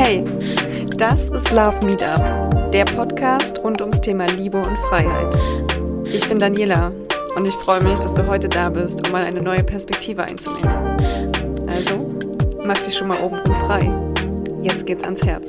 Hey, das ist Love Meetup, der Podcast rund ums Thema Liebe und Freiheit. Ich bin Daniela und ich freue mich, dass du heute da bist, um mal eine neue Perspektive einzunehmen. Also, mach dich schon mal oben frei. Jetzt geht's ans Herz.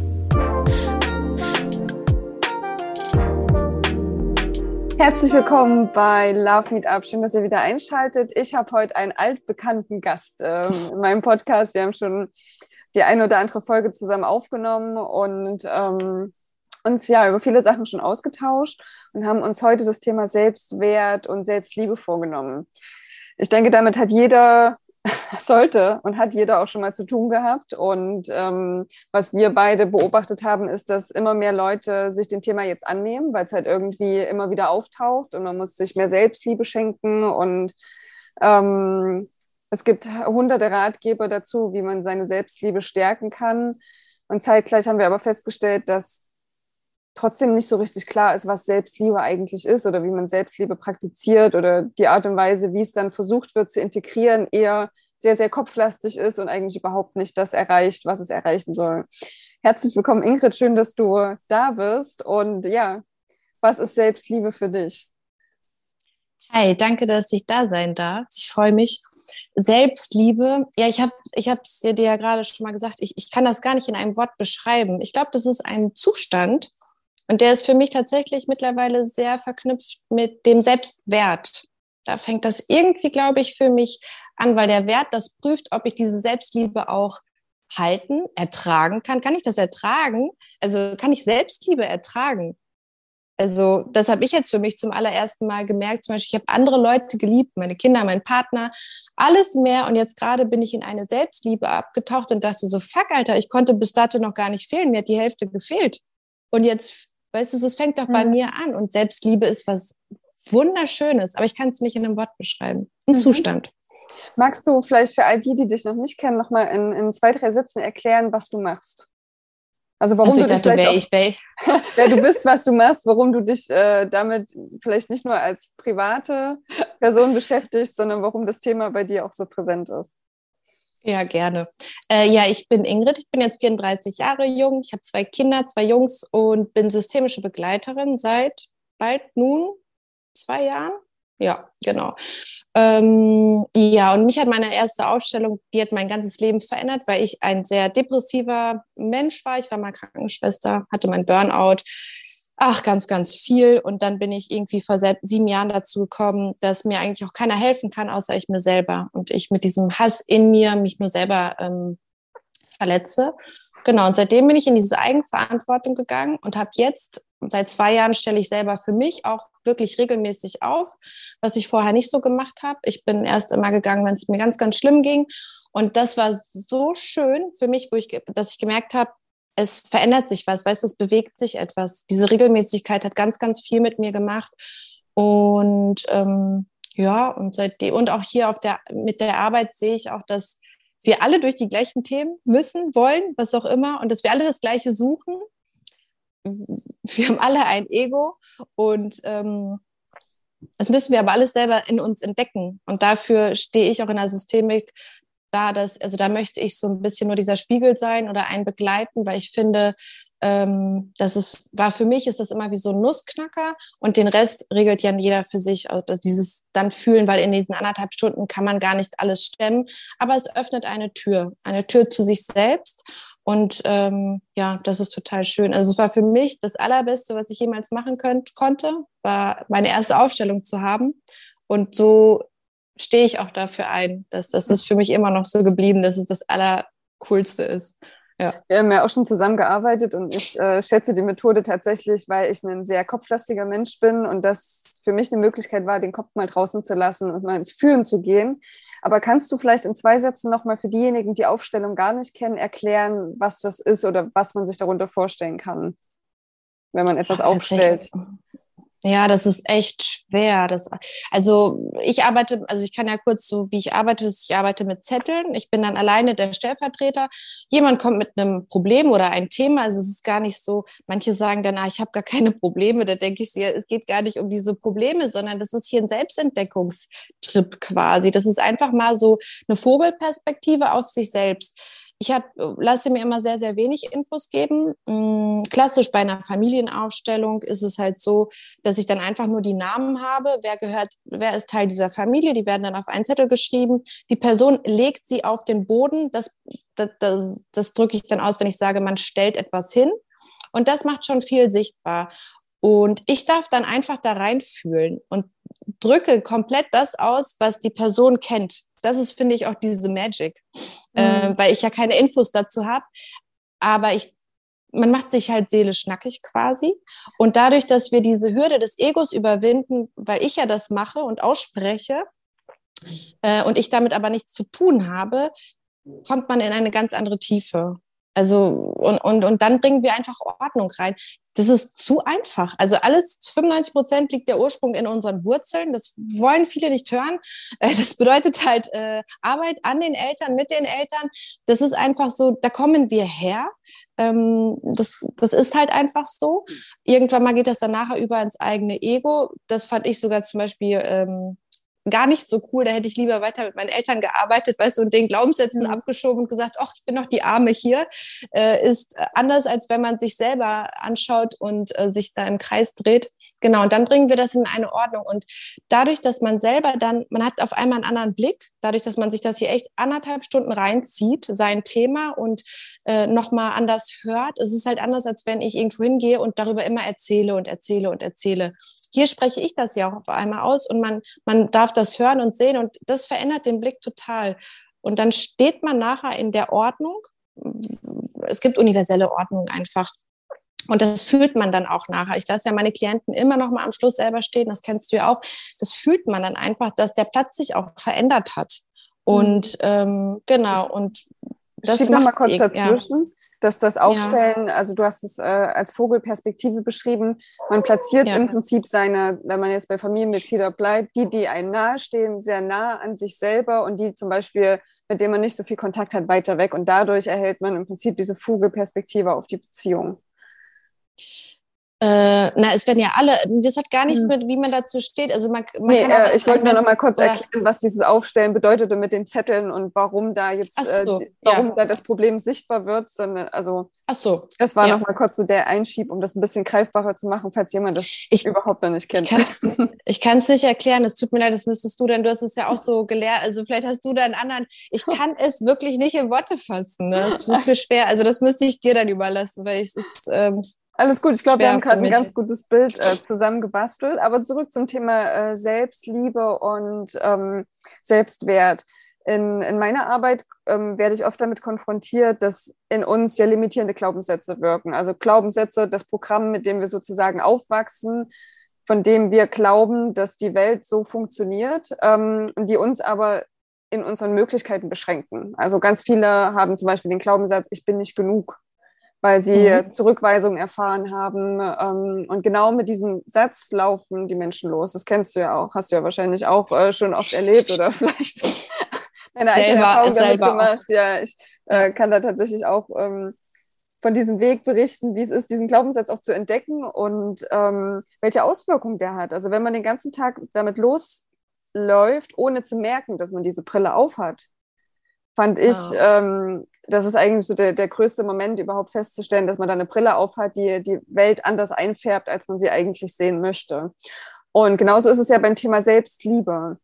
Herzlich willkommen bei Love Meetup. Schön, dass ihr wieder einschaltet. Ich habe heute einen altbekannten Gast in meinem Podcast. Wir haben schon die eine oder andere Folge zusammen aufgenommen und uns ja über viele Sachen schon ausgetauscht und haben uns heute das Thema Selbstwert und Selbstliebe vorgenommen. Ich denke, damit hat jeder auch schon mal zu tun gehabt. Und was wir beide beobachtet haben, ist, dass immer mehr Leute sich dem Thema jetzt annehmen, weil es halt irgendwie immer wieder auftaucht und man muss sich mehr Selbstliebe schenken. Und es gibt hunderte Ratgeber dazu, wie man seine Selbstliebe stärken kann. Und zeitgleich haben wir aber festgestellt, dass trotzdem nicht so richtig klar ist, was Selbstliebe eigentlich ist oder wie man Selbstliebe praktiziert oder die Art und Weise, wie es dann versucht wird zu integrieren, eher sehr, sehr kopflastig ist und eigentlich überhaupt nicht das erreicht, was es erreichen soll. Herzlich willkommen, Ingrid. Schön, dass du da bist. Und ja, was ist Selbstliebe für dich? Hi, danke, dass ich da sein darf. Ich freue mich. Selbstliebe, ja, ich habe es dir ja gerade schon mal gesagt, ich kann das gar nicht in einem Wort beschreiben. Ich glaube, das ist ein Zustand und der ist für mich tatsächlich mittlerweile sehr verknüpft mit dem Selbstwert. Da fängt das irgendwie, glaube ich, für mich an, weil der Wert das prüft, ob ich diese Selbstliebe auch halten, ertragen kann. Kann ich das ertragen? Also kann ich Selbstliebe ertragen? Also das habe ich jetzt für mich zum allerersten Mal gemerkt. Zum Beispiel, ich habe andere Leute geliebt, meine Kinder, meinen Partner, alles mehr. Und jetzt gerade bin ich in eine Selbstliebe abgetaucht und dachte so, fuck, Alter, ich konnte bis dato noch gar nicht fehlen. Mir hat die Hälfte gefehlt. Und jetzt, weißt du, es fängt doch bei mir an. Und Selbstliebe ist was Wunderschönes, aber ich kann es nicht in einem Wort beschreiben. Ein Zustand. Magst du vielleicht für all die, die dich noch nicht kennen, nochmal in 2-3 Sätzen erklären, was du machst? Also warum Also ich du dachte, wer du bist, was du machst, warum du dich damit vielleicht nicht nur als private Person beschäftigst, sondern warum das Thema bei dir auch so präsent ist. Ja, gerne. Ja, ich bin Ingrid, ich bin jetzt 34 Jahre jung, ich habe 2 Kinder, 2 Jungs und bin systemische Begleiterin seit bald nun 2 Jahren. Ja, genau. Ja, und mich hat meine erste Ausstellung, die hat mein ganzes Leben verändert, weil ich ein sehr depressiver Mensch war. Ich war mal Krankenschwester, hatte mein Burnout. Ach, ganz, ganz viel. Und dann bin ich irgendwie vor 7 Jahren dazu gekommen, dass mir eigentlich auch keiner helfen kann, außer ich mir selber. Und ich mit diesem Hass in mir mich nur selber verletze. Genau, und seitdem bin ich in diese Eigenverantwortung gegangen und habe jetzt, seit 2 Jahren stelle ich selber für mich auch wirklich regelmäßig auf, was ich vorher nicht so gemacht habe. Ich bin erst immer gegangen, wenn es mir ganz, ganz schlimm ging. Und das war so schön für mich, dass ich gemerkt habe, es verändert sich was, weißt du, es bewegt sich etwas. Diese Regelmäßigkeit hat ganz, ganz viel mit mir gemacht. Und ja, und seitdem, und auch hier mit der Arbeit sehe ich auch, dass wir alle durch die gleichen Themen müssen, wollen, was auch immer, und dass wir alle das Gleiche suchen. Wir haben alle ein Ego und das müssen wir aber alles selber in uns entdecken. Und dafür stehe ich auch in der Systemik also da möchte ich so ein bisschen nur dieser Spiegel sein oder einen begleiten, weil ich finde, für mich ist das immer wie so ein Nussknacker und den Rest regelt ja jeder für sich. Also dieses dann fühlen, weil in diesen 1,5 Stunden kann man gar nicht alles stemmen, aber es öffnet eine Tür zu sich selbst. Und ja, das ist total schön. Also es war für mich das Allerbeste, was ich jemals machen konnte, war meine erste Aufstellung zu haben. Und so stehe ich auch dafür ein, dass das ist für mich immer noch so geblieben, dass es das Allercoolste ist. Ja. Wir haben ja auch schon zusammengearbeitet und ich schätze die Methode tatsächlich, weil ich ein sehr kopflastiger Mensch bin und das für mich eine Möglichkeit war, den Kopf mal draußen zu lassen und mal ins Fühlen zu gehen. Aber kannst du vielleicht in 2 Sätzen nochmal für diejenigen, die Aufstellung gar nicht kennen, erklären, was das ist oder was man sich darunter vorstellen kann, wenn man etwas aufstellt? Ja, das ist echt schwer. Ich kann ja kurz so, wie ich arbeite mit Zetteln. Ich bin dann alleine der Stellvertreter. Jemand kommt mit einem Problem oder ein Thema. Also es ist gar nicht so, manche sagen dann, ich habe gar keine Probleme. Da denke ich so, ja, es geht gar nicht um diese Probleme, sondern das ist hier ein Selbstentdeckungstrip quasi. Das ist einfach mal so eine Vogelperspektive auf sich selbst. lasse mir immer sehr, sehr wenig Infos geben. Klassisch bei einer Familienaufstellung ist es halt so, dass ich dann einfach nur die Namen habe. Wer ist Teil dieser Familie? Die werden dann auf einen Zettel geschrieben. Die Person legt sie auf den Boden. Das drücke ich dann aus, wenn ich sage, man stellt etwas hin. Und das macht schon viel sichtbar. Und ich darf dann einfach da reinfühlen und drücke komplett das aus, was die Person kennt. Das ist, finde ich, auch diese Magic, weil ich ja keine Infos dazu habe. Aber man macht sich halt seelisch nackig quasi. Und dadurch, dass wir diese Hürde des Egos überwinden, weil ich ja das mache und ausspreche und ich damit aber nichts zu tun habe, kommt man in eine ganz andere Tiefe. Also, und dann bringen wir einfach Ordnung rein. Das ist zu einfach. Also 95% liegt der Ursprung in unseren Wurzeln. Das wollen viele nicht hören. Das bedeutet halt Arbeit an den Eltern, mit den Eltern. Das ist einfach so, da kommen wir her. Das ist halt einfach so. Irgendwann mal geht das dann nachher über ins eigene Ego. Das fand ich sogar zum Beispiel gar nicht so cool, da hätte ich lieber weiter mit meinen Eltern gearbeitet, weißt du, und den Glaubenssätzen abgeschoben und gesagt, ach, ich bin doch die Arme hier, ist anders, als wenn man sich selber anschaut und sich da im Kreis dreht. Genau, und dann bringen wir das in eine Ordnung. Und dadurch, dass man selber man hat auf einmal einen anderen Blick, dadurch, dass man sich das hier echt 1,5 Stunden reinzieht, sein Thema und nochmal anders hört, es ist halt anders, als wenn ich irgendwo hingehe und darüber immer erzähle und erzähle und erzähle. Hier spreche ich das ja auch auf einmal aus und man darf das hören und sehen und das verändert den Blick total. Und dann steht man nachher in der Ordnung. Es gibt universelle Ordnung einfach. Und das fühlt man dann auch nachher. Ich lasse ja meine Klienten immer noch mal am Schluss selber stehen, das kennst du ja auch. Das fühlt man dann einfach, dass der Platz sich auch verändert hat. Und genau, und das macht mal kurz dazwischen. Ja. Dass das Aufstellen, also du hast es als Vogelperspektive beschrieben, man platziert im Prinzip wenn man jetzt bei Familienmitgliedern bleibt, die einem nahestehen, sehr nah an sich selber und die zum Beispiel, mit denen man nicht so viel Kontakt hat, weiter weg und dadurch erhält man im Prinzip diese Vogelperspektive auf die Beziehung. Es werden ja alle, das hat gar nichts mit, wie man dazu steht. Also man kann auch, ich wollte nur noch mal kurz erklären, was dieses Aufstellen bedeutete mit den Zetteln und warum da jetzt, da das Problem sichtbar wird, sondern das war noch mal kurz so der Einschieb, um das ein bisschen greifbarer zu machen, falls jemand das überhaupt noch nicht kennt. Ich kann es nicht erklären, es tut mir leid, das müsstest du, denn du hast es ja auch so gelehrt, also vielleicht hast du da einen anderen, ich kann es wirklich nicht in Worte fassen, ne? Das ist mir schwer, also das müsste ich dir dann überlassen, weil es ist... Alles gut, ich glaube, wir haben gerade ein ganz gutes Bild zusammengebastelt. Aber zurück zum Thema Selbstliebe und Selbstwert. In meiner Arbeit werde ich oft damit konfrontiert, dass in uns ja limitierende Glaubenssätze wirken. Also Glaubenssätze, das Programm, mit dem wir sozusagen aufwachsen, von dem wir glauben, dass die Welt so funktioniert, die uns aber in unseren Möglichkeiten beschränken. Also ganz viele haben zum Beispiel den Glaubenssatz, ich bin nicht genug, weil sie Zurückweisung erfahren haben. Und genau mit diesem Satz laufen die Menschen los. Das kennst du ja auch, hast du ja wahrscheinlich auch schon oft erlebt oder vielleicht deine eigene Erfahrung damit gemacht. Auch. Ja, ich kann da tatsächlich auch von diesem Weg berichten, wie es ist, diesen Glaubenssatz auch zu entdecken und welche Auswirkungen der hat. Also wenn man den ganzen Tag damit losläuft, ohne zu merken, dass man diese Brille aufhat, fand ich, das ist eigentlich so der größte Moment, überhaupt festzustellen, dass man da eine Brille aufhat, die die Welt anders einfärbt, als man sie eigentlich sehen möchte. Und genauso ist es ja beim Thema Selbstliebe.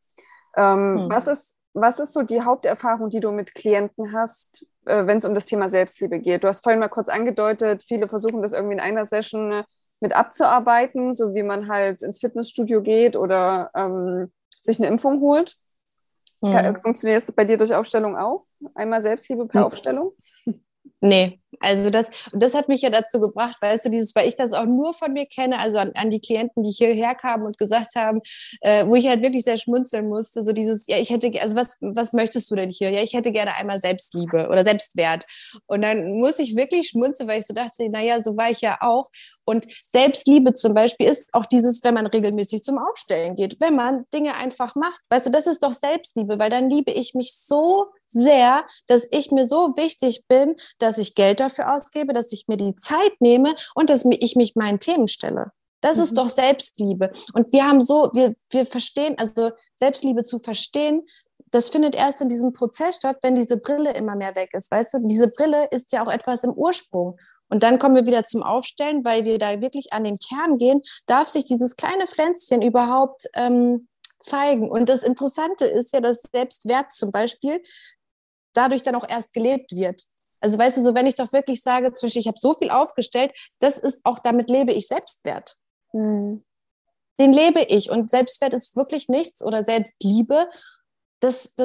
Was ist so die Haupterfahrung, die du mit Klienten hast, wenn es um das Thema Selbstliebe geht? Du hast vorhin mal kurz angedeutet, viele versuchen das irgendwie in einer Session mit abzuarbeiten, so wie man halt ins Fitnessstudio geht oder sich eine Impfung holt. Funktioniert das bei dir durch Aufstellung auch? Einmal Selbstliebe per Aufstellung? Nee, also das hat mich ja dazu gebracht, weißt du, weil ich das auch nur von mir kenne, also an die Klienten, die hierher kamen und gesagt haben, wo ich halt wirklich sehr schmunzeln musste, so dieses, ja, ich hätte, also was möchtest du denn hier? Ja, ich hätte gerne einmal Selbstliebe oder Selbstwert. Und dann muss ich wirklich schmunzeln, weil ich so dachte, naja, so war ich ja auch. Und Selbstliebe zum Beispiel ist auch dieses, wenn man regelmäßig zum Aufstellen geht, wenn man Dinge einfach macht. Weißt du, das ist doch Selbstliebe, weil dann liebe ich mich so sehr, dass ich mir so wichtig bin, dass ich Geld dafür ausgebe, dass ich mir die Zeit nehme und dass ich mich meinen Themen stelle. Das ist doch Selbstliebe. Und wir verstehen, also Selbstliebe zu verstehen, das findet erst in diesem Prozess statt, wenn diese Brille immer mehr weg ist, weißt du? Diese Brille ist ja auch etwas im Ursprung. Und dann kommen wir wieder zum Aufstellen, weil wir da wirklich an den Kern gehen, darf sich dieses kleine Pflänzchen überhaupt zeigen. Und das Interessante ist ja, dass Selbstwert zum Beispiel dadurch dann auch erst gelebt wird. Also weißt du, so wenn ich doch wirklich sage, zum Beispiel, ich habe so viel aufgestellt, das ist auch, damit lebe ich Selbstwert. Den lebe ich. Und Selbstwert ist wirklich nichts oder Selbstliebe, das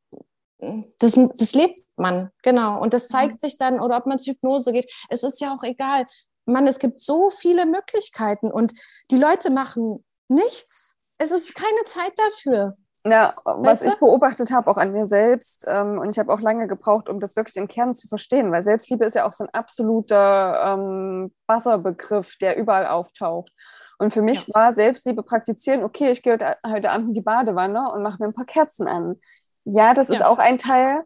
lebt man, genau. Und das zeigt sich dann, oder ob man zur Hypnose geht, es ist ja auch egal. Mann, es gibt so viele Möglichkeiten und die Leute machen nichts. Es ist keine Zeit dafür. Ja, was Weißt du? ich beobachtet habe, auch an mir selbst, und ich habe auch lange gebraucht, um das wirklich im Kern zu verstehen, weil Selbstliebe ist ja auch so ein absoluter Buzzword-Begriff, der überall auftaucht. Und für mich war Selbstliebe praktizieren, okay, ich gehe heute Abend in die Badewanne und mache mir ein paar Kerzen an. Ja, das ist auch ein Teil,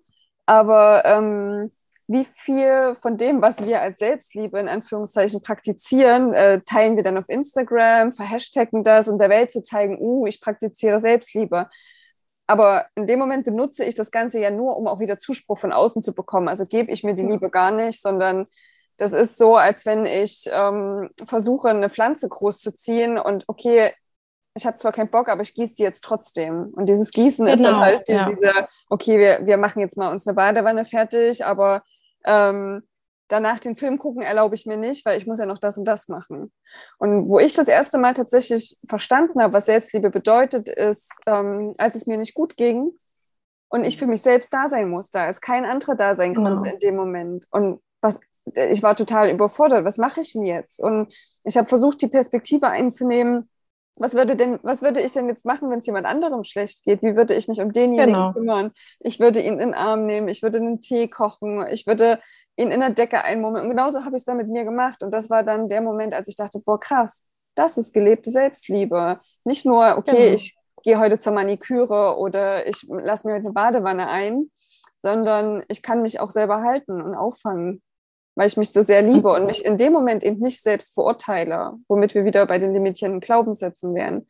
aber wie viel von dem, was wir als Selbstliebe in Anführungszeichen praktizieren, teilen wir dann auf Instagram, verhashtaggen das, um der Welt zu zeigen, ich praktiziere Selbstliebe. Aber in dem Moment benutze ich das Ganze ja nur, um auch wieder Zuspruch von außen zu bekommen. Also gebe ich mir die Liebe gar nicht, sondern das ist so, als wenn ich versuche, eine Pflanze großzuziehen und okay, ich habe zwar keinen Bock, aber ich gieße die jetzt trotzdem. Und dieses Gießen ist dann halt diese, okay, wir machen jetzt mal uns eine Badewanne fertig, aber danach den Film gucken erlaube ich mir nicht, weil ich muss ja noch das und das machen. Und wo ich das erste Mal tatsächlich verstanden habe, was Selbstliebe bedeutet, ist, als es mir nicht gut ging und ich für mich selbst da sein musste, als kein anderer da sein konnte in dem Moment. Und ich war total überfordert, was mache ich denn jetzt? Und ich habe versucht, die Perspektive einzunehmen, was würde ich denn jetzt machen, wenn es jemand anderem schlecht geht? Wie würde ich mich um denjenigen kümmern? Ich würde ihn in den Arm nehmen, ich würde einen Tee kochen, ich würde ihn in der Decke einmummeln. Und genauso habe ich es dann mit mir gemacht. Und das war dann der Moment, als ich dachte, boah, krass, das ist gelebte Selbstliebe. Nicht nur, okay, ich gehe heute zur Maniküre oder ich lasse mir heute eine Badewanne ein, sondern ich kann mich auch selber halten und auffangen, weil ich mich so sehr liebe und mich in dem Moment eben nicht selbst verurteile, womit wir wieder bei den limitierenden Glaubenssätzen wären.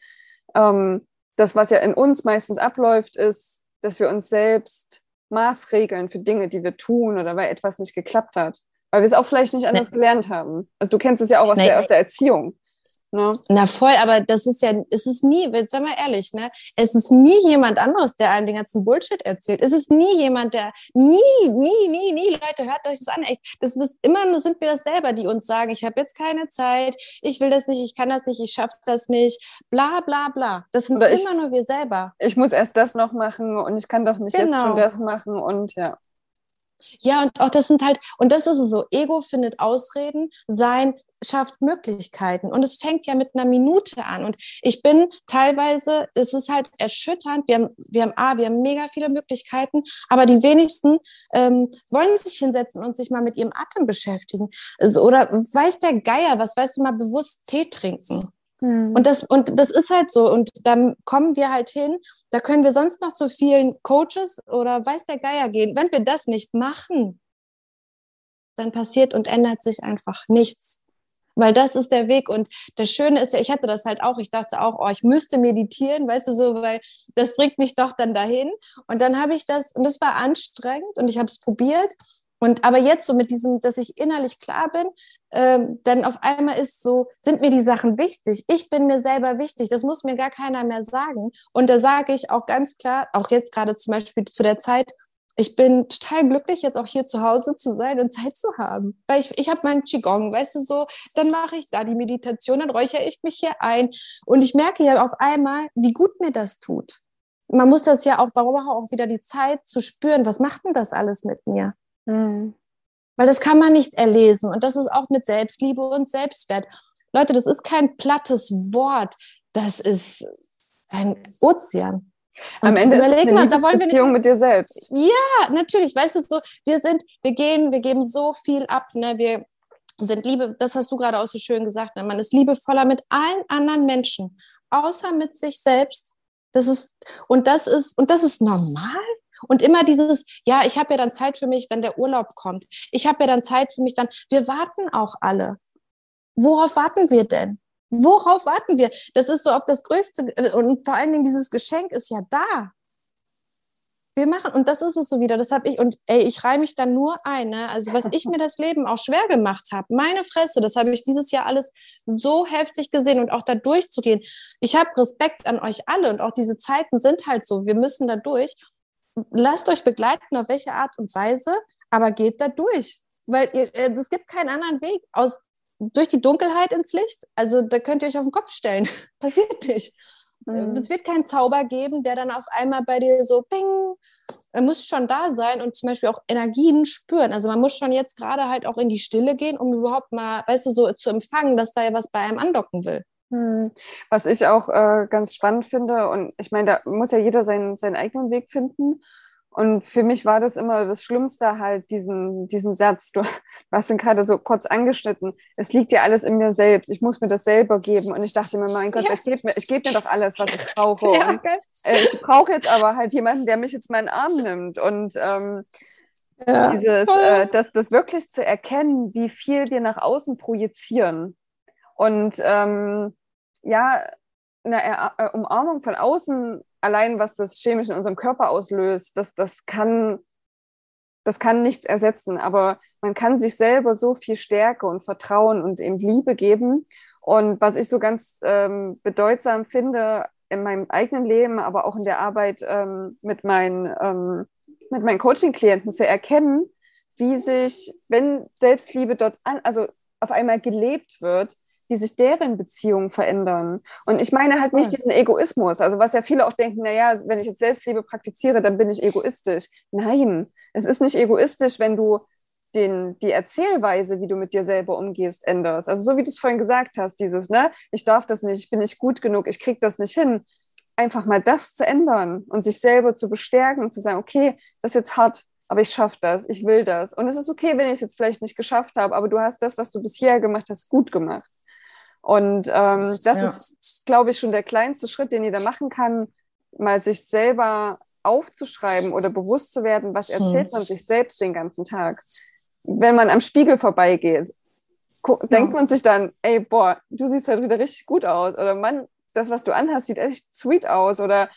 Das, was ja in uns meistens abläuft, ist, dass wir uns selbst maßregeln für Dinge, die wir tun oder weil etwas nicht geklappt hat, weil wir es auch vielleicht nicht anders gelernt haben. Also du kennst es ja auch aus der Erziehung. Ne? Na voll, aber das ist ja, es ist nie, sei mal ehrlich, ne? Es ist nie jemand anderes, der einem den ganzen Bullshit erzählt. Es ist nie jemand, nie, Leute, hört euch das an, echt. Das ist immer nur, sind wir das selber, die uns sagen, ich habe jetzt keine Zeit, ich will das nicht, ich kann das nicht, ich schaffe das nicht, bla, bla, bla. Das sind immer nur wir selber. Ich muss erst das noch machen und ich kann doch nicht jetzt schon das machen und ja. Ja, und auch das sind halt, und das ist es so, Ego findet Ausreden, Sein schafft Möglichkeiten. Und es fängt ja mit einer Minute an. Und ich bin teilweise, es ist halt erschütternd, wir haben mega viele Möglichkeiten, aber die wenigsten wollen sich hinsetzen und sich mal mit ihrem Atem beschäftigen. Oder weiß der Geier, was weißt du, mal bewusst Tee trinken. Und das ist halt so. Und dann kommen wir halt hin, da können wir sonst noch zu vielen Coaches oder weiß der Geier gehen. Wenn wir das nicht machen, dann passiert und ändert sich einfach nichts. Weil das ist der Weg. Und das Schöne ist ja, ich hatte das halt auch, ich dachte auch, ich müsste meditieren, weißt du, so, weil das bringt mich doch dann dahin. Und dann habe ich das, und das war anstrengend und ich habe es probiert. Aber jetzt so mit diesem, dass ich innerlich klar bin, dann auf einmal sind mir die Sachen wichtig. Ich bin mir selber wichtig. Das muss mir gar keiner mehr sagen. Und da sage ich auch ganz klar, auch jetzt gerade zum Beispiel zu der Zeit, ich bin total glücklich, jetzt auch hier zu Hause zu sein und Zeit zu haben. Weil ich habe meinen Qigong, weißt du, so, dann mache ich da die Meditation, dann räuchere ich mich hier ein. Und ich merke ja auf einmal, wie gut mir das tut. Man muss das ja auch, warum auch wieder die Zeit zu spüren, was macht denn das alles mit mir? Weil das kann man nicht erlesen. Und das ist auch mit Selbstliebe und Selbstwert. Leute, das ist kein plattes Wort. Das ist ein Ozean. Und am Ende ist es eine Beziehung mit dir selbst. Ja, natürlich. Weißt du, so, wir geben so viel ab. Ne? Wir sind Liebe, das hast du gerade auch so schön gesagt. Ne? Man ist liebevoller mit allen anderen Menschen, außer mit sich selbst. Das ist normal. Und immer dieses, ja, ich habe ja dann Zeit für mich, wenn der Urlaub kommt. Ich habe ja dann Zeit für mich dann. Wir warten auch alle. Worauf warten wir denn? Worauf warten wir? Das ist so auf das Größte. Und vor allen Dingen dieses Geschenk ist ja da. wir machen, und das ist es so wieder, das habe ich, und ey, ich reihe mich dann nur ein, ne? Also was ich mir das Leben auch schwer gemacht habe, meine Fresse, das habe ich dieses Jahr alles so heftig gesehen und auch da durchzugehen. Ich habe Respekt an euch alle und auch diese Zeiten sind halt so, wir müssen da durch. Lasst euch begleiten, auf welche Art und Weise, aber geht da durch, weil es gibt keinen anderen Weg durch die Dunkelheit ins Licht. Also da könnt ihr euch auf den Kopf stellen, passiert nicht. Es wird keinen Zauber geben, der dann auf einmal bei dir so ping, er muss schon da sein und zum Beispiel auch Energien spüren. Also man muss schon jetzt gerade halt auch in die Stille gehen, um überhaupt mal, weißt du, so zu empfangen, dass da ja was bei einem andocken will. Was ich auch ganz spannend finde, und ich meine, da muss ja jeder seinen eigenen Weg finden. Und für mich war das immer das Schlimmste, halt diesen Satz, du hast ihn gerade so kurz angeschnitten, es liegt ja alles in mir selbst, ich muss mir das selber geben. Und ich dachte mir, mein Gott, ich geb mir doch alles, was ich brauche. Ja, und, ich brauche jetzt aber halt jemanden, der mich jetzt mal in den Arm nimmt. Und das wirklich zu erkennen, wie viel wir nach außen projizieren. Und eine Umarmung von außen, allein was das chemisch in unserem Körper auslöst, das kann nichts ersetzen. Aber man kann sich selber so viel Stärke und Vertrauen und eben Liebe geben. Und was ich so ganz bedeutsam finde in meinem eigenen Leben, aber auch in der Arbeit mit meinen Coaching-Klienten zu erkennen, wie sich, wenn Selbstliebe dort also auf einmal gelebt wird, wie sich deren Beziehungen verändern. Und ich meine halt nicht diesen Egoismus, also was ja viele auch denken, naja, wenn ich jetzt Selbstliebe praktiziere, dann bin ich egoistisch. Nein, es ist nicht egoistisch, wenn du die Erzählweise, wie du mit dir selber umgehst, änderst. Also so wie du es vorhin gesagt hast, dieses, ne, ich darf das nicht, ich bin nicht gut genug, ich kriege das nicht hin. Einfach mal das zu ändern und sich selber zu bestärken und zu sagen, okay, das ist jetzt hart, aber ich schaffe das, ich will das. Und es ist okay, wenn ich es jetzt vielleicht nicht geschafft habe, aber du hast das, was du bisher gemacht hast, gut gemacht. Und das ist, glaube ich, schon der kleinste Schritt, den jeder machen kann, mal sich selber aufzuschreiben oder bewusst zu werden, was erzählt man sich selbst den ganzen Tag. Wenn man am Spiegel vorbeigeht, denkt man sich dann, ey, boah, du siehst halt wieder richtig gut aus. Oder Mann, das, was du anhast, sieht echt sweet aus. Oder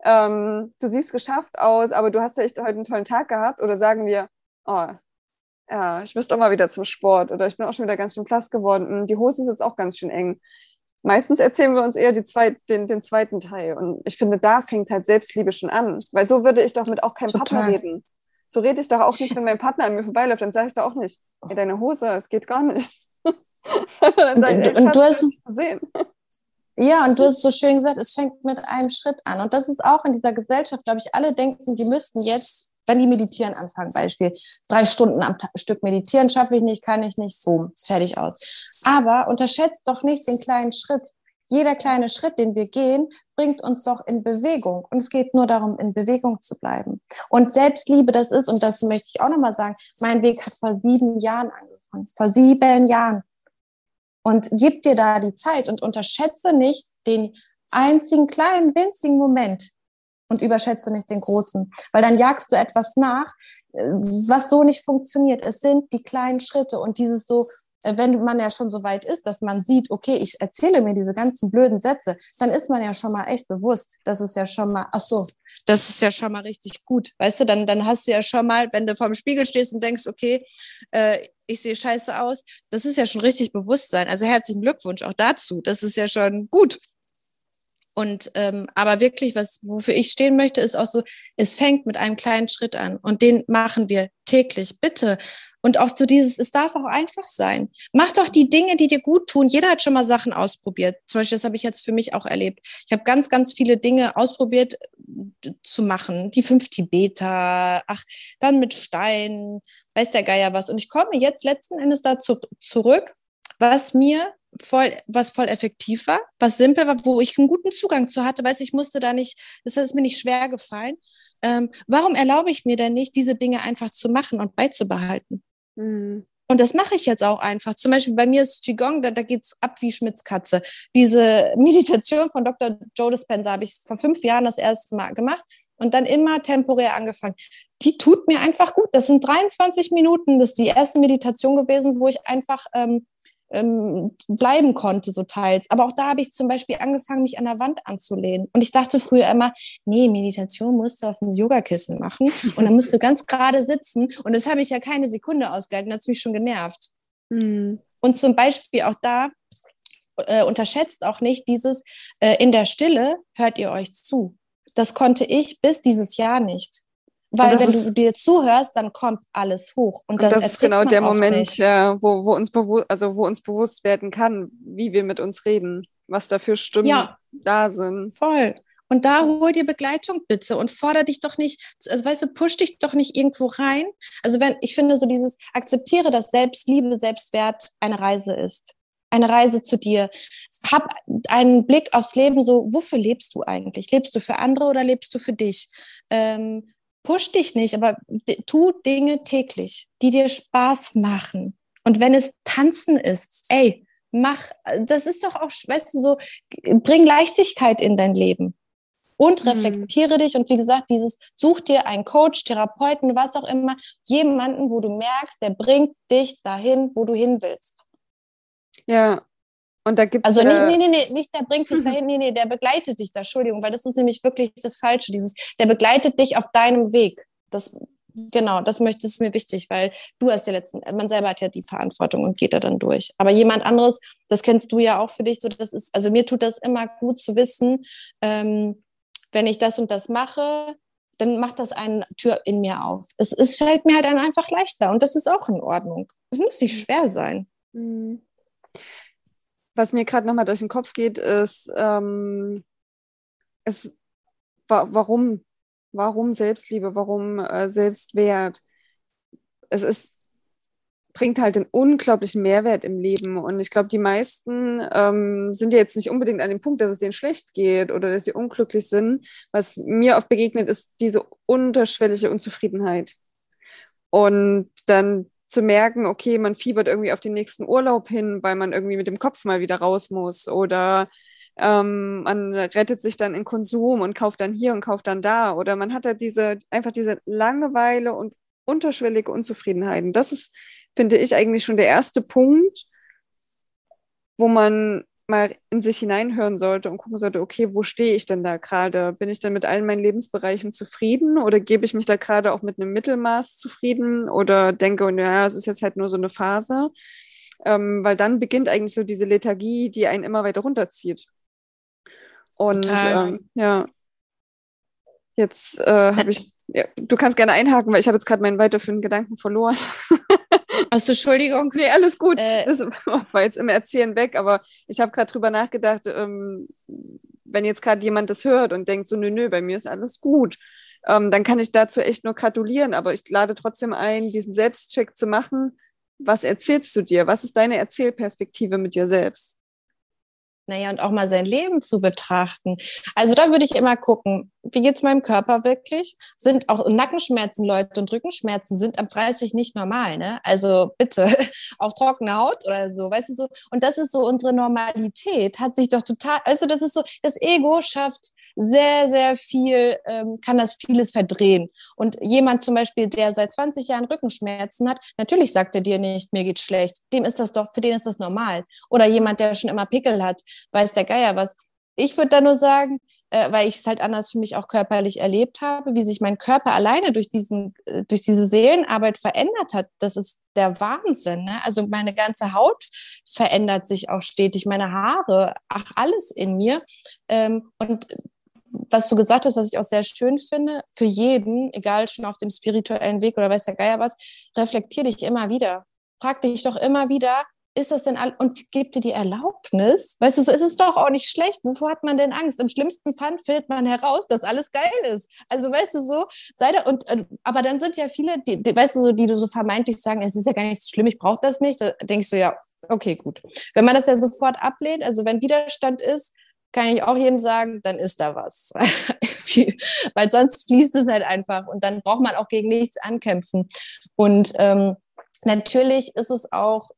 du siehst geschafft aus, aber du hast ja echt heute einen tollen Tag gehabt. Oder sagen wir, oh, ja, ich müsste auch mal wieder zum Sport oder ich bin auch schon wieder ganz schön blass geworden. Die Hose ist jetzt auch ganz schön eng. Meistens erzählen wir uns eher den zweiten Teil. Und ich finde, da fängt halt Selbstliebe schon an. Weil so würde ich doch mit auch keinem Partner reden. So rede ich doch auch nicht, wenn mein Partner an mir vorbeiläuft. Dann sage ich doch auch nicht, ey, deine Hose, es geht gar nicht. Sondern dann sage ich, ey, und du hast es gesehen. Ja, und du hast so schön gesagt, es fängt mit einem Schritt an. Und das ist auch in dieser Gesellschaft, glaube ich, alle denken, die müssten jetzt, wenn die meditieren anfangen, Beispiel, 3 Stunden am Stück meditieren, schaffe ich nicht, kann ich nicht, boom, fertig aus. Aber unterschätzt doch nicht den kleinen Schritt. Jeder kleine Schritt, den wir gehen, bringt uns doch in Bewegung. Und es geht nur darum, in Bewegung zu bleiben. Und Selbstliebe, das ist, und das möchte ich auch nochmal sagen, mein Weg hat vor 7 Jahren angefangen. Vor 7 Jahren. Und gib dir da die Zeit und unterschätze nicht den einzigen kleinen, winzigen Moment und überschätze nicht den großen. Weil dann jagst du etwas nach, was so nicht funktioniert. Es sind die kleinen Schritte und dieses so, wenn man ja schon so weit ist, dass man sieht, okay, ich erzähle mir diese ganzen blöden Sätze, dann ist man ja schon mal echt bewusst. Das ist ja schon mal, ach so, das ist ja schon mal richtig gut. Weißt du, dann hast du ja schon mal, wenn du vorm Spiegel stehst und denkst, okay, ich sehe scheiße aus, das ist ja schon richtig Bewusstsein. Also herzlichen Glückwunsch auch dazu. Das ist ja schon gut. Und aber wirklich, wofür ich stehen möchte, ist auch so, es fängt mit einem kleinen Schritt an und den machen wir täglich, bitte. Und auch so es darf auch einfach sein. Mach doch die Dinge, die dir gut tun. Jeder hat schon mal Sachen ausprobiert. Zum Beispiel, das habe ich jetzt für mich auch erlebt. Ich habe ganz, ganz viele Dinge ausprobiert zu machen. Die 5 Tibeter, dann mit Stein, weiß der Geier was. Und ich komme jetzt letzten Endes dazu zurück, was voll effektiv war, was simpel war, wo ich einen guten Zugang zu hatte, weiß ich musste da nicht, das ist mir nicht schwer gefallen. Warum erlaube ich mir denn nicht, diese Dinge einfach zu machen und beizubehalten? Mhm. Und das mache ich jetzt auch einfach. Zum Beispiel bei mir ist Qigong, da geht's ab wie Schmitz Katze. Diese Meditation von Dr. Joe Dispenza habe ich vor 5 Jahren das erste Mal gemacht und dann immer temporär angefangen. Die tut mir einfach gut. Das sind 23 Minuten. Das ist die erste Meditation gewesen, wo ich einfach bleiben konnte, so teils. Aber auch da habe ich zum Beispiel angefangen, mich an der Wand anzulehnen. Und ich dachte früher immer, nee, Meditation musst du auf dem Yogakissen machen und dann musst du ganz gerade sitzen. Und das habe ich ja keine Sekunde ausgehalten, das hat mich schon genervt. Mhm. Und zum Beispiel auch da, unterschätzt auch nicht dieses, in der Stille hört ihr euch zu. Das konnte ich bis dieses Jahr nicht. Weil wenn du dir zuhörst, dann kommt alles hoch. Und das ist genau man der oft Moment, nicht. ja, wo uns bewusst werden kann, wie wir mit uns reden, was da für Stimmen da sind. Voll. Und da hol dir Begleitung bitte und fordere dich doch nicht, also weißt du, push dich doch nicht irgendwo rein. Also ich finde so dieses, akzeptiere, dass Selbstliebe, Selbstwert eine Reise ist. Eine Reise zu dir. Hab einen Blick aufs Leben, so, wofür lebst du eigentlich? Lebst du für andere oder lebst du für dich? Push dich nicht, aber tu Dinge täglich, die dir Spaß machen. Und wenn es Tanzen ist, ey, das ist doch auch, weißt du, so, bring Leichtigkeit in dein Leben. Und reflektiere dich und wie gesagt, such dir einen Coach, Therapeuten, was auch immer, jemanden, wo du merkst, der bringt dich dahin, wo du hin willst. Ja, und da gibt es... Also nicht der bringt dich dahin, nee, der begleitet dich da, Entschuldigung, weil das ist nämlich wirklich das Falsche, der begleitet dich auf deinem Weg. Genau, das ist mir wichtig, weil du hast ja man selber hat ja die Verantwortung und geht da dann durch. Aber jemand anderes, das kennst du ja auch für dich, so also mir tut das immer gut zu wissen, wenn ich das und das mache, dann macht das eine Tür in mir auf. Es fällt mir halt dann einfach leichter und das ist auch in Ordnung. Es muss nicht schwer sein. Was mir gerade nochmal durch den Kopf geht, ist, warum Selbstliebe, warum Selbstwert? Bringt halt einen unglaublichen Mehrwert im Leben. Und ich glaube, die meisten sind ja jetzt nicht unbedingt an dem Punkt, dass es denen schlecht geht oder dass sie unglücklich sind. Was mir oft begegnet, ist diese unterschwellige Unzufriedenheit. Und dann zu merken, okay, man fiebert irgendwie auf den nächsten Urlaub hin, weil man irgendwie mit dem Kopf mal wieder raus muss. Oder man rettet sich dann in Konsum und kauft dann hier und kauft dann da. Oder man hat halt einfach diese Langeweile und unterschwellige Unzufriedenheit. Und das ist, finde ich, eigentlich schon der erste Punkt, wo man mal in sich hineinhören sollte und gucken sollte, okay, wo stehe ich denn da gerade? Bin ich denn mit allen meinen Lebensbereichen zufrieden oder gebe ich mich da gerade auch mit einem Mittelmaß zufrieden oder denke, naja, es ist jetzt halt nur so eine Phase? Weil dann beginnt eigentlich so diese Lethargie, die einen immer weiter runterzieht. Und ja, jetzt habe ich, ja, du kannst gerne einhaken, weil ich habe jetzt gerade meinen weiterführenden Gedanken verloren. Also, Entschuldigung. Nee, alles gut. Das war jetzt im Erzählen weg, aber ich habe gerade drüber nachgedacht, wenn jetzt gerade jemand das hört und denkt so, nö, bei mir ist alles gut, dann kann ich dazu echt nur gratulieren, aber ich lade trotzdem ein, diesen Selbstcheck zu machen. Was erzählst du dir? Was ist deine Erzählperspektive mit dir selbst? Naja, und auch mal sein Leben zu betrachten. Also da würde ich immer gucken, wie geht es meinem Körper wirklich? Sind auch Nackenschmerzen, Leute, und Rückenschmerzen sind ab 30 nicht normal, ne? Also bitte, auch trockene Haut oder so, weißt du so. Und das ist so unsere Normalität, hat sich doch total, also das ist so, das Ego schafft sehr, sehr viel, kann das vieles verdrehen. Und jemand zum Beispiel, der seit 20 Jahren Rückenschmerzen hat, natürlich sagt er dir nicht, mir geht's schlecht. Für den ist das normal. Oder jemand, der schon immer Pickel hat, weiß der Geier was. Ich würde da nur sagen, weil ich es halt anders für mich auch körperlich erlebt habe, wie sich mein Körper alleine durch diese Seelenarbeit verändert hat. Das ist der Wahnsinn. Ne? Also meine ganze Haut verändert sich auch stetig, meine Haare, alles in mir. Und was du gesagt hast, was ich auch sehr schön finde, für jeden, egal schon auf dem spirituellen Weg oder weiß der Geier was, reflektier dich immer wieder. Frag dich doch immer wieder, ist das denn und gib dir die Erlaubnis, weißt du, so ist es doch auch nicht schlecht. Wovor hat man denn Angst? Im schlimmsten Fall findet man heraus, dass alles geil ist. Also, weißt du, so, aber dann sind ja viele, weißt du, so, die du so vermeintlich sagen, es ist ja gar nicht so schlimm, ich brauche das nicht. Da denkst du ja, okay, gut. Wenn man das ja sofort ablehnt, also wenn Widerstand ist, kann ich auch jedem sagen, dann ist da was. Weil sonst fließt es halt einfach und dann braucht man auch gegen nichts ankämpfen. Und natürlich ist es auch,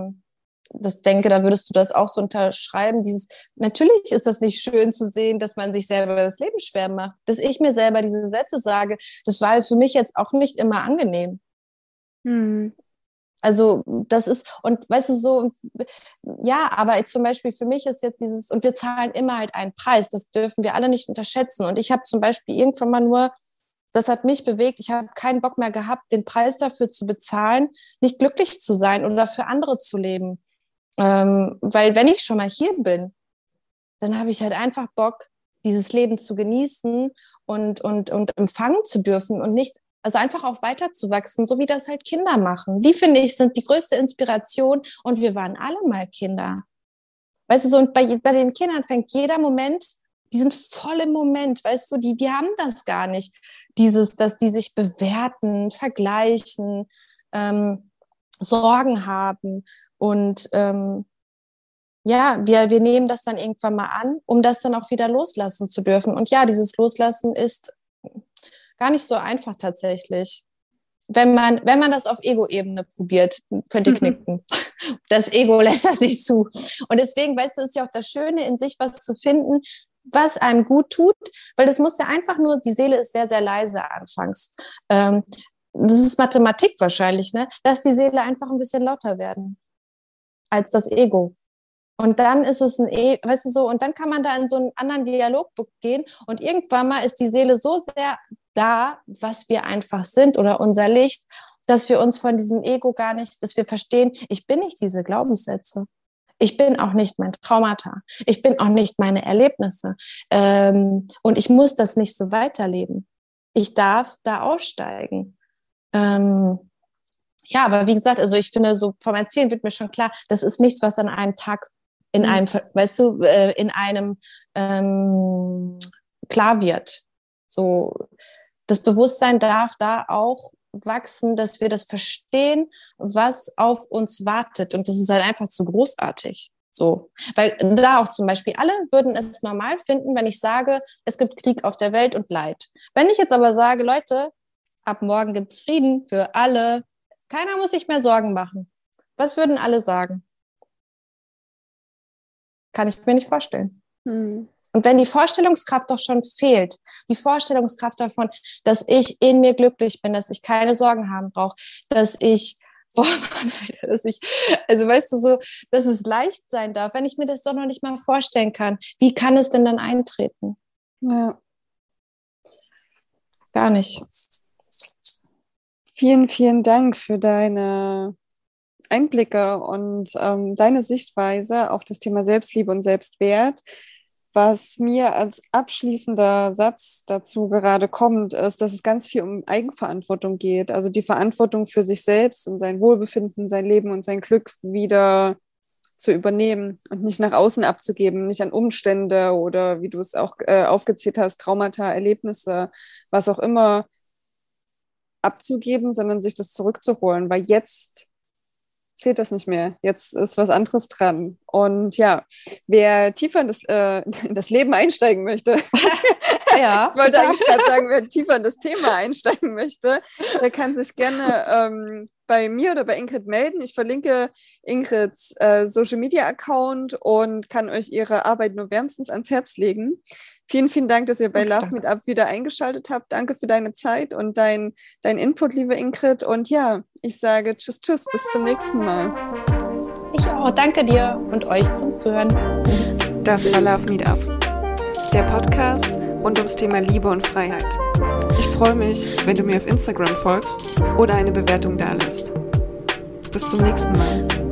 denke, da würdest du das auch so unterschreiben, natürlich ist das nicht schön zu sehen, dass man sich selber das Leben schwer macht. Dass ich mir selber diese Sätze sage, das war für mich jetzt auch nicht immer angenehm. Also das ist, und weißt du, so, ja, aber zum Beispiel für mich ist jetzt dieses, und wir zahlen immer halt einen Preis, das dürfen wir alle nicht unterschätzen. Und ich habe zum Beispiel irgendwann mal nur, das hat mich bewegt, ich habe keinen Bock mehr gehabt, den Preis dafür zu bezahlen, nicht glücklich zu sein oder für andere zu leben. Weil wenn ich schon mal hier bin, dann habe ich halt einfach Bock, dieses Leben zu genießen und empfangen zu dürfen und nicht, also einfach auch weiterzuwachsen, so wie das halt Kinder machen. Die, finde ich, sind die größte Inspiration und wir waren alle mal Kinder. Weißt du, so, und bei den Kindern fängt jeder Moment, die sind voll im Moment, weißt du, die haben das gar nicht. Dass die sich bewerten, vergleichen, Sorgen haben und ja, wir nehmen das dann irgendwann mal an, um das dann auch wieder loslassen zu dürfen. Und ja, dieses Loslassen ist gar nicht so einfach tatsächlich. Wenn man das auf Ego-Ebene probiert, könnt ihr knicken. Das Ego lässt das nicht zu. Und deswegen, weißt du, ist ja auch das Schöne, in sich was zu finden, was einem gut tut, weil das muss ja einfach nur, die Seele ist sehr, sehr leise anfangs. Das ist Mathematik wahrscheinlich, ne? Dass die Seele einfach ein bisschen lauter werden als das Ego. Und dann ist es weißt du so, und dann kann man da in so einen anderen Dialog gehen und irgendwann mal ist die Seele so sehr da, was wir einfach sind oder unser Licht, dass wir uns von diesem Ego gar nicht, dass wir verstehen, ich bin nicht diese Glaubenssätze. Ich bin auch nicht mein Traumata. Ich bin auch nicht meine Erlebnisse. Und ich muss das nicht so weiterleben. Ich darf da aussteigen. Ja, aber wie gesagt, also ich finde, so vom Erzählen wird mir schon klar, das ist nichts, was an einem Tag in einem, weißt du, in einem klar wird. So, das Bewusstsein darf da auch wachsen, dass wir das verstehen, was auf uns wartet. Und das ist halt einfach zu großartig. So, weil da auch zum Beispiel alle würden es normal finden, wenn ich sage, es gibt Krieg auf der Welt und Leid. Wenn ich jetzt aber sage, Leute, ab morgen gibt es Frieden für alle, keiner muss sich mehr Sorgen machen. Was würden alle sagen? Kann ich mir nicht vorstellen. Und wenn die Vorstellungskraft doch schon fehlt, die Vorstellungskraft davon, dass ich in mir glücklich bin, dass ich keine Sorgen haben brauche, dass ich, also weißt du so, dass es leicht sein darf, wenn ich mir das doch noch nicht mal vorstellen kann, wie kann es denn dann eintreten? Ja. Gar nicht. Vielen, vielen Dank für deine Einblicke und deine Sichtweise auf das Thema Selbstliebe und Selbstwert. Was mir als abschließender Satz dazu gerade kommt, ist, dass es ganz viel um Eigenverantwortung geht. Also die Verantwortung für sich selbst und sein Wohlbefinden, sein Leben und sein Glück wieder zu übernehmen und nicht nach außen abzugeben, nicht an Umstände oder, wie du es auch aufgezählt hast, Traumata, Erlebnisse, was auch immer abzugeben, sondern sich das zurückzuholen, weil jetzt zählt das nicht mehr. Jetzt ist was anderes dran. Und ja, wer tiefer in das Leben einsteigen möchte, ja, ich wollte eigentlich gerade sagen, wer tiefer in das Thema einsteigen möchte, der kann sich gerne bei mir oder bei Ingrid melden. Ich verlinke Ingrids Social-Media-Account und kann euch ihre Arbeit nur wärmstens ans Herz legen. Vielen, vielen Dank, dass ihr bei Love Meet Up wieder eingeschaltet habt. Danke für deine Zeit und dein Input, liebe Ingrid. Und ja, ich sage tschüss, tschüss, bis zum nächsten Mal. Ich auch. Danke dir und euch zum Zuhören. Das war Love Meet Up, der Podcast rund ums Thema Liebe und Freiheit. Ich freue mich, wenn du mir auf Instagram folgst oder eine Bewertung dalässt. Bis zum nächsten Mal.